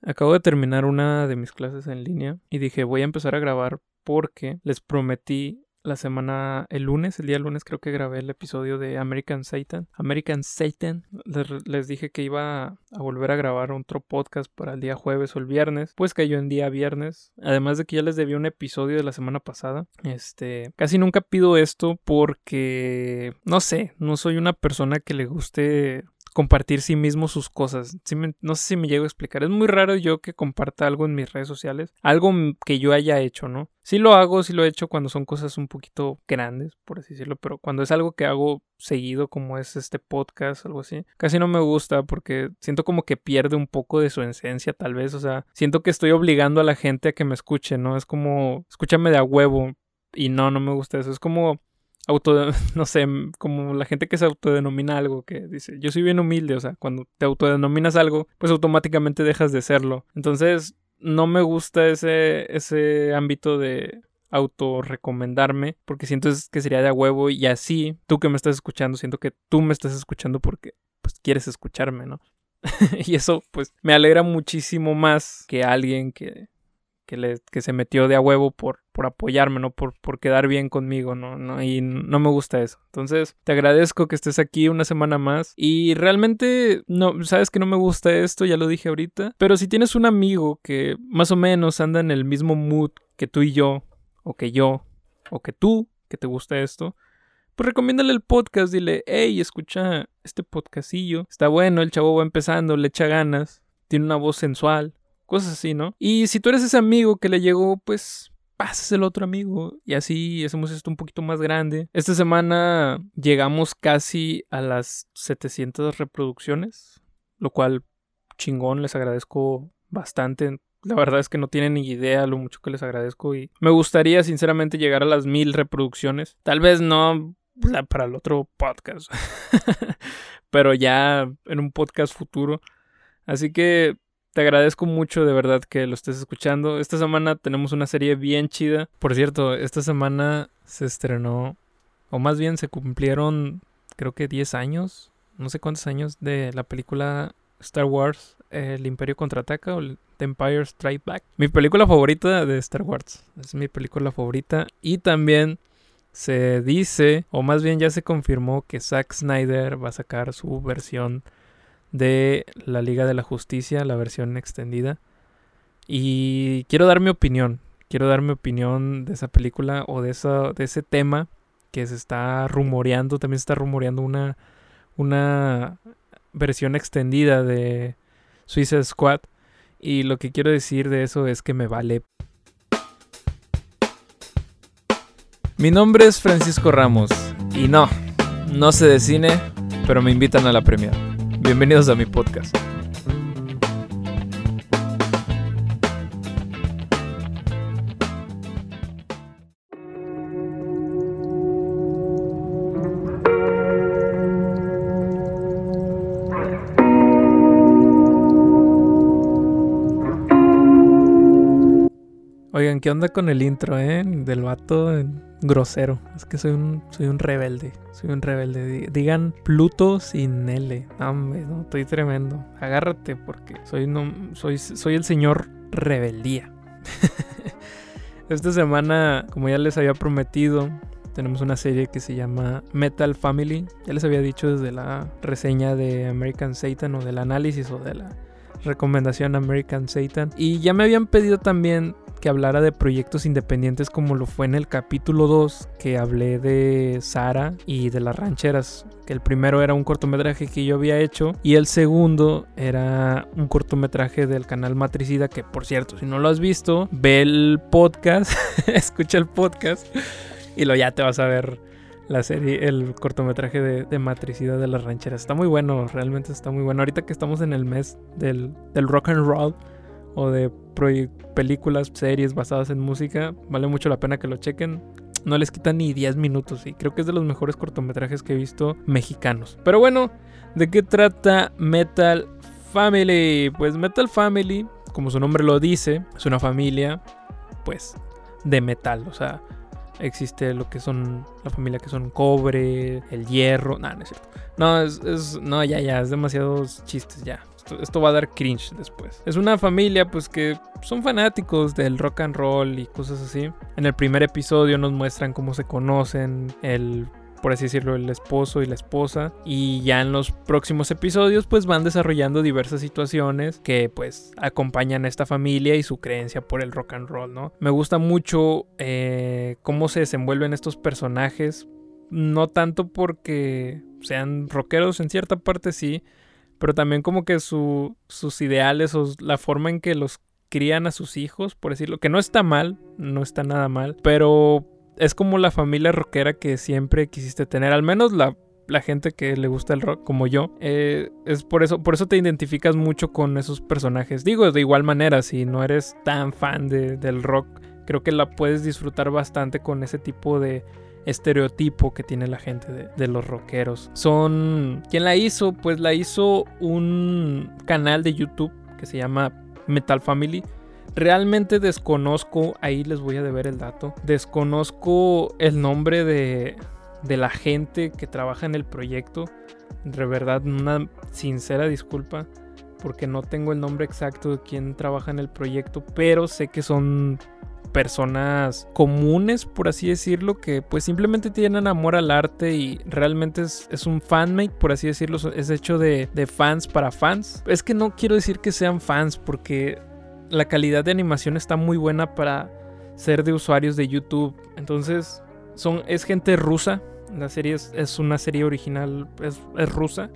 Acabo de terminar una de mis clases en línea y dije voy a empezar a grabar porque les prometí el día lunes creo que grabé el episodio de American Satan. Les dije que iba a volver a grabar otro podcast para el día jueves o el viernes, pues cayó en día viernes. Además de que ya les debí un episodio de la semana pasada. Casi nunca pido esto porque, no sé, no soy una persona que le guste compartir sí mismo sus cosas. No sé si me llego a explicar. Es muy raro yo que comparta algo en mis redes sociales. Algo que yo haya hecho, ¿no? Sí lo he hecho cuando son cosas un poquito grandes, por así decirlo. Pero cuando es algo que hago seguido, como es este podcast, algo así, casi no me gusta porque siento como que pierde un poco de su esencia, tal vez. O sea, siento que estoy obligando a la gente a que me escuche, ¿no? Es como, escúchame de a huevo. Y no me gusta eso. Es como no sé, como la gente que se autodenomina algo, que dice, yo soy bien humilde, o sea, cuando te autodenominas algo, pues automáticamente dejas de serlo. Entonces, no me gusta ese ámbito de autorrecomendarme, porque siento que sería de a huevo, y así, tú que me estás escuchando, siento que tú me estás escuchando porque, pues, quieres escucharme, ¿no? Y eso, pues, me alegra muchísimo más que alguien que se metió de a huevo por apoyarme, ¿no? Por quedar bien conmigo, ¿no? Y no me gusta eso. Entonces, te agradezco que estés aquí una semana más. Y realmente, no, sabes que no me gusta esto, ya lo dije ahorita. Pero si tienes un amigo que más o menos anda en el mismo mood que tú y yo, o que tú, que te gusta esto, pues recomiéndale el podcast, dile, hey, escucha este podcastillo. Está bueno, el chavo va empezando, le echa ganas, tiene una voz sensual. Cosas así, ¿no? Y si tú eres ese amigo que le llegó, pues pásaselo a otro amigo. Y así hacemos esto un poquito más grande. Esta semana llegamos casi a las 700 reproducciones. Lo cual, chingón, les agradezco bastante. La verdad es que no tienen ni idea lo mucho que les agradezco. Y me gustaría sinceramente llegar a las 1000 reproducciones. Tal vez no para el otro podcast. Pero ya en un podcast futuro. Así que te agradezco mucho de verdad que lo estés escuchando. Esta semana tenemos una serie bien chida. Por cierto, esta semana se estrenó, o más bien se cumplieron, creo que 10 años, no sé cuántos años, de la película Star Wars, El Imperio Contraataca o The Empire Strikes Back. Mi película favorita de Star Wars. Es mi película favorita. Y también se dice, o más bien ya se confirmó, que Zack Snyder va a sacar su versión de la Liga de la Justicia, la versión extendida. Y quiero dar mi opinión. De esa película o de ese tema que se está rumoreando. También se está rumoreando una versión extendida de Suicide Squad. Y lo que quiero decir de eso es que me vale. Mi nombre es Francisco Ramos. Y no sé de cine, pero me invitan a la premiere. Bienvenidos a mi podcast. Oigan, ¿qué onda con el intro, del vato grosero? Es que soy un rebelde. Digan Pluto sin L. No, estoy tremendo. Agárrate porque soy el señor rebeldía. Esta semana, como ya les había prometido, tenemos una serie que se llama Metal Family. Ya les había dicho desde la reseña de American Satan o del análisis o de la recomendación American Satan. Y ya me habían pedido también que hablara de proyectos independientes, como lo fue en el capítulo 2, que hablé de Sara y de las rancheras, que el primero era un cortometraje que yo había hecho y el segundo era un cortometraje del canal Matricida, que por cierto, si no lo has visto, ve el podcast, escucha el podcast y ya te vas a ver la serie, el cortometraje de Matricida de las rancheras. Está muy bueno, realmente está muy bueno. Ahorita que estamos en el mes del rock and roll o de películas, series basadas en música, vale mucho la pena que lo chequen. No les quitan ni 10 minutos y creo que es de los mejores cortometrajes que he visto mexicanos. Pero bueno, ¿de qué trata Metal Family? Pues Metal Family, como su nombre lo dice, es una familia, pues, de metal. O sea, existe lo que son la familia que son cobre, el hierro. No es cierto. No, ya, es demasiados chistes ya. esto va a dar cringe después. Es una familia pues que son fanáticos del rock and roll y cosas así. En el primer episodio nos muestran cómo se conocen, por así decirlo, el esposo y la esposa, y ya en los próximos episodios pues van desarrollando diversas situaciones que pues acompañan a esta familia y su creencia por el rock and roll, ¿no? Me gusta mucho cómo se desenvuelven estos personajes, no tanto porque sean rockeros, en cierta parte sí, pero también como que sus ideales o la forma en que los crían a sus hijos, por decirlo, que no está mal, no está nada mal, pero es como la familia rockera que siempre quisiste tener, al menos la gente que le gusta el rock, como yo. Es por eso te identificas mucho con esos personajes. Digo, de igual manera, si no eres tan fan del rock, creo que la puedes disfrutar bastante con ese tipo de estereotipo que tiene la gente de los rockeros. ¿Quién la hizo? Pues la hizo un canal de YouTube que se llama Metal Family. Realmente desconozco, ahí les voy a deber el dato, desconozco el nombre de la gente que trabaja en el proyecto. De verdad, una sincera disculpa porque no tengo el nombre exacto de quién trabaja en el proyecto, pero sé que son personas comunes, por así decirlo, que pues simplemente tienen amor al arte y realmente es un fanmate, por así decirlo, es hecho de fans para fans. Es que no quiero decir que sean fans porque la calidad de animación está muy buena para ser de usuarios de YouTube. Entonces es gente rusa. La serie es una serie original, es rusa.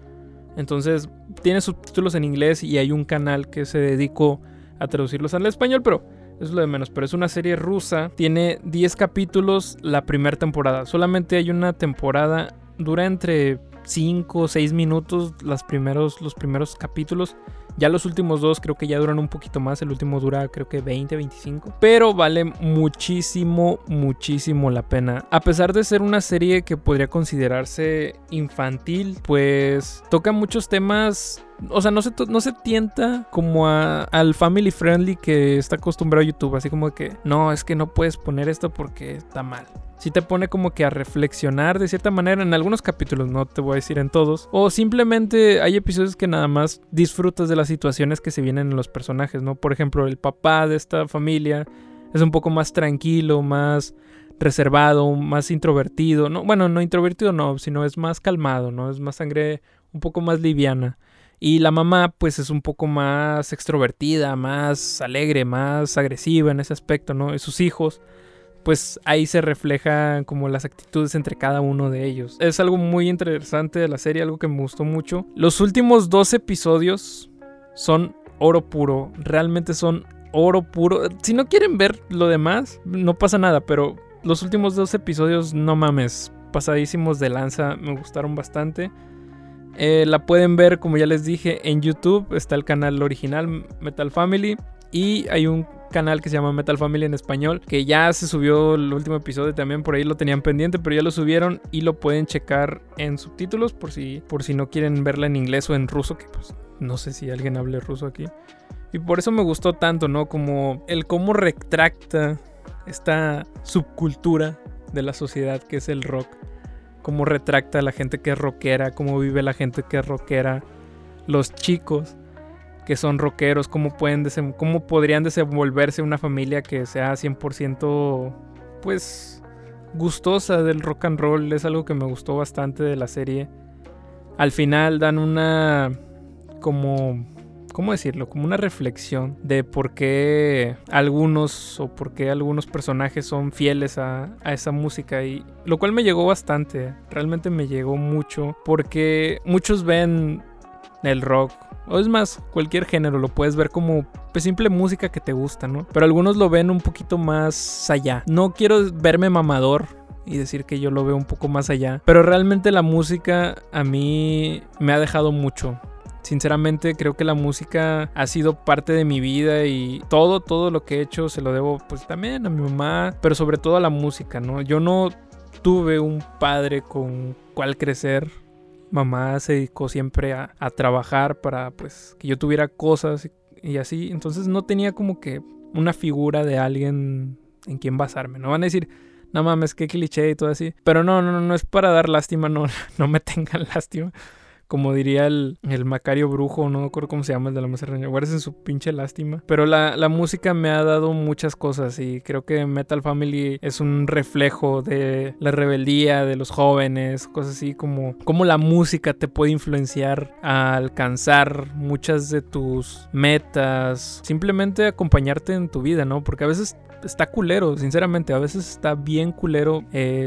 Entonces tiene subtítulos en inglés y hay un canal que se dedicó a traducirlos al español, pero eso es lo de menos. Pero es una serie rusa, tiene 10 capítulos la primera temporada. Solamente hay una temporada, dura entre 5 o 6 minutos los primeros capítulos. Ya los últimos dos creo que ya duran un poquito más. El último dura creo que 20, 25. Pero vale muchísimo, muchísimo la pena. A pesar de ser una serie que podría considerarse infantil, pues toca muchos temas. O sea, no se tienta como al family friendly que está acostumbrado a YouTube. Así como que, no, es que no puedes poner esto porque está mal. Sí te pone como que a reflexionar de cierta manera en algunos capítulos, no te voy a decir en todos. O simplemente hay episodios que nada más disfrutas de las situaciones que se vienen en los personajes, ¿no? Por ejemplo, el papá de esta familia es un poco más tranquilo, más reservado, más introvertido. No, bueno, no introvertido no, sino es más calmado, ¿no? Es más sangre un poco más liviana. Y la mamá pues es un poco más extrovertida, más alegre, más agresiva en ese aspecto, ¿no? Y sus hijos, pues ahí se reflejan como las actitudes entre cada uno de ellos. Es algo muy interesante de la serie, algo que me gustó mucho. Los últimos 2 episodios son oro puro, realmente son oro puro. Si no quieren ver lo demás, no pasa nada, pero los últimos 2 episodios, no mames, pasadísimos de lanza, me gustaron bastante. La pueden ver, como ya les dije, en YouTube. Está el canal original Metal Family y hay un canal que se llama Metal Family en español, que ya se subió el último episodio también, por ahí lo tenían pendiente, pero ya lo subieron y lo pueden checar en subtítulos por si no quieren verla en inglés o en ruso, que pues no sé si alguien hable ruso aquí. Y por eso me gustó tanto, ¿no? Como cómo retracta esta subcultura de la sociedad que es el rock. Cómo retracta a la gente que es rockera, cómo vive la gente que es rockera, los chicos que son rockeros, cómo podrían desenvolverse una familia que sea 100% pues gustosa del rock and roll. Es algo que me gustó bastante de la serie. Al final dan una ¿cómo decirlo? Como una reflexión de por qué algunos personajes son fieles a esa música, y lo cual me llegó bastante, realmente me llegó mucho, porque muchos ven el rock, o es más, cualquier género lo puedes ver como pues simple música que te gusta, ¿no? Pero algunos lo ven un poquito más allá. No quiero verme mamador y decir que yo lo veo un poco más allá, pero realmente la música a mí me ha dejado mucho. Sinceramente creo que la música ha sido parte de mi vida y todo lo que he hecho se lo debo pues también a mi mamá, pero sobre todo a la música, ¿no? Yo no tuve un padre con cual crecer. Mamá se dedicó siempre a trabajar para pues que yo tuviera cosas y así, entonces no tenía como que una figura de alguien en quien basarme. No van a decir, no mames, qué cliché y todo así, pero no es para dar lástima, no me tengan lástima. como diría el Macario Brujo, no me acuerdo cómo se llama el de la mesa reñoña, guárdense su pinche lástima. Pero la música me ha dado muchas cosas y creo que Metal Family es un reflejo de la rebeldía de los jóvenes, cosas así como la música te puede influenciar a alcanzar muchas de tus metas, simplemente acompañarte en tu vida, ¿no? Porque a veces está culero, sinceramente, a veces está bien culero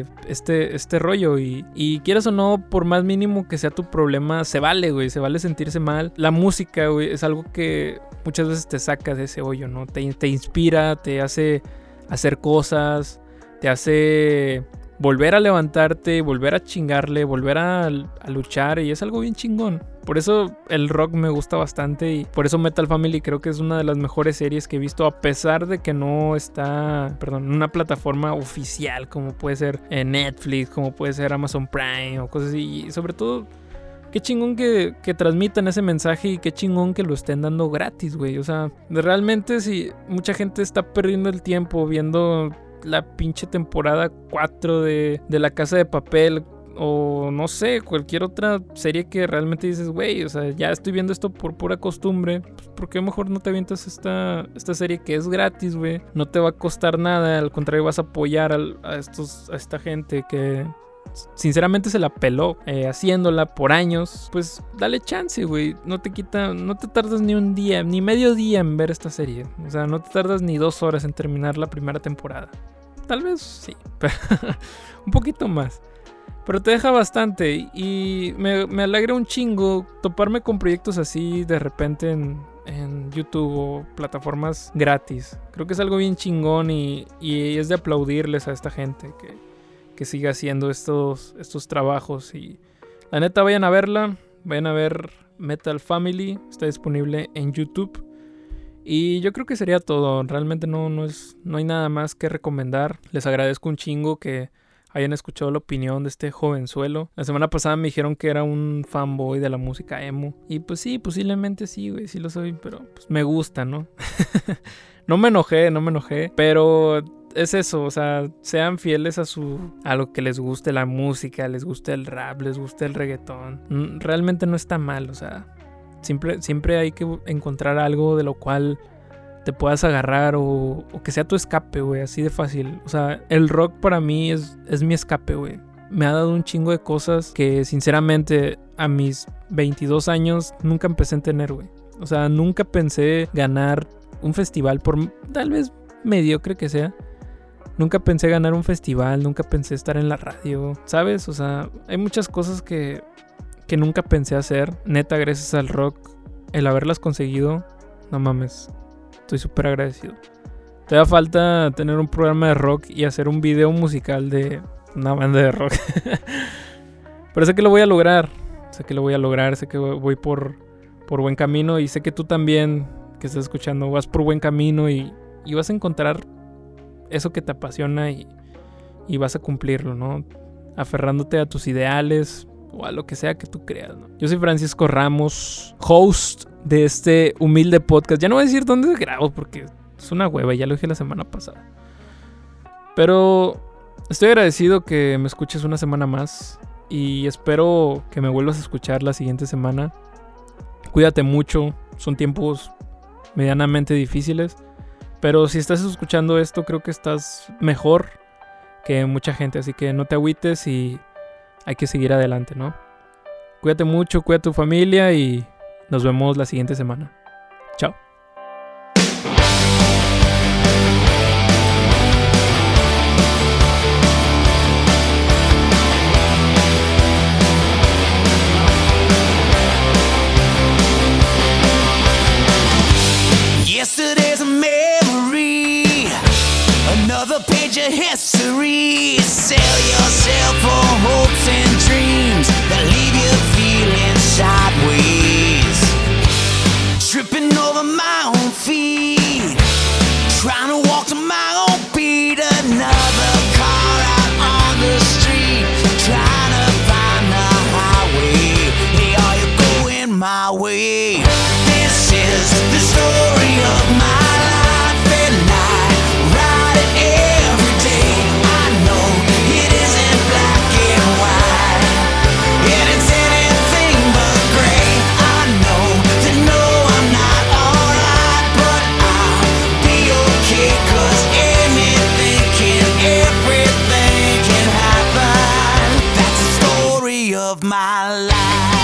este rollo y quieras o no, por más mínimo que sea tu problema, se vale, güey, se vale sentirse mal. La música, güey, es algo que muchas veces te saca de ese hoyo, ¿no? Te inspira, te hace hacer cosas, te hace volver a levantarte, volver a chingarle, volver a luchar, y es algo bien chingón. Por eso el rock me gusta bastante y por eso Metal Family creo que es una de las mejores series que he visto, a pesar de que no está, en una plataforma oficial como puede ser Netflix, como puede ser Amazon Prime o cosas así. Y sobre todo, qué chingón que transmitan ese mensaje y qué chingón que lo estén dando gratis, güey. O sea, realmente si mucha gente está perdiendo el tiempo viendo la pinche temporada 4 de La Casa de Papel, o no sé, cualquier otra serie que realmente dices, güey, o sea, ya estoy viendo esto por pura costumbre, pues ¿por qué mejor no te avientas esta serie que es gratis, güey? No te va a costar nada, al contrario, vas a apoyar a esta gente que sinceramente se la peló haciéndola por años. Pues dale chance, güey. No te tardas ni un día, ni medio día en ver esta serie. O sea, no te tardas ni 2 horas en terminar la primera temporada. Tal vez sí, pero un poquito más. Pero te deja bastante y me alegra un chingo toparme con proyectos así de repente en YouTube o plataformas gratis. Creo que es algo bien chingón y es de aplaudirles a esta gente que siga haciendo estos trabajos. Y la neta, vayan a verla, vayan a ver Metal Family, está disponible en YouTube. Y yo creo que sería todo. Realmente no hay nada más que recomendar. Les agradezco un chingo que hayan escuchado la opinión de este jovenzuelo. La semana pasada me dijeron que era un fanboy de la música emo. Y pues sí, posiblemente sí, güey, sí lo soy, pero pues me gusta, ¿no? No me enojé, pero es eso, o sea, sean fieles a lo que les guste la música, les guste el rap, les guste el reggaetón. Realmente no está mal, o sea, siempre hay que encontrar algo de lo cual te puedas agarrar o que sea tu escape, güey, así de fácil. O sea, el rock para mí es mi escape, güey. Me ha dado un chingo de cosas que sinceramente a mis 22 años nunca empecé a tener, güey. O sea, nunca pensé ganar un festival, por tal vez mediocre que sea. Nunca pensé ganar un festival, nunca pensé estar en la radio, ¿sabes? O sea, hay muchas cosas que nunca pensé hacer. Neta, gracias al rock, el haberlas conseguido, no mames, estoy súper agradecido. Te da falta tener un programa de rock y hacer un video musical de una banda de rock. Pero sé que lo voy a lograr. Sé que voy por buen camino. Y sé que tú también, que estás escuchando, vas por buen camino y vas a encontrar eso que te apasiona y vas a cumplirlo, ¿no? Aferrándote a tus ideales o a lo que sea que tú creas, ¿no? Yo soy Francisco Ramos, host de este humilde podcast. Ya no voy a decir dónde grabo porque es una hueva, ya lo dije la semana pasada. Pero estoy agradecido que me escuches una semana más y espero que me vuelvas a escuchar la siguiente semana. Cuídate mucho, son tiempos medianamente difíciles, pero si estás escuchando esto creo que estás mejor que mucha gente, así que no te agüites y hay que seguir adelante, ¿no? Cuídate mucho, cuida a tu familia y nos vemos la siguiente semana. Chao. Yesterday's a memory, another page of history. Sell yourself for hopes and dreams that leave you feeling sideways. Tripping over my own feet, trying to walk to my own beat. Another car out on the street, trying to find the highway. Hey, are you going my way? This is the story of my life, and I ride it every day. I know it isn't black and white, and it's anything but of my life.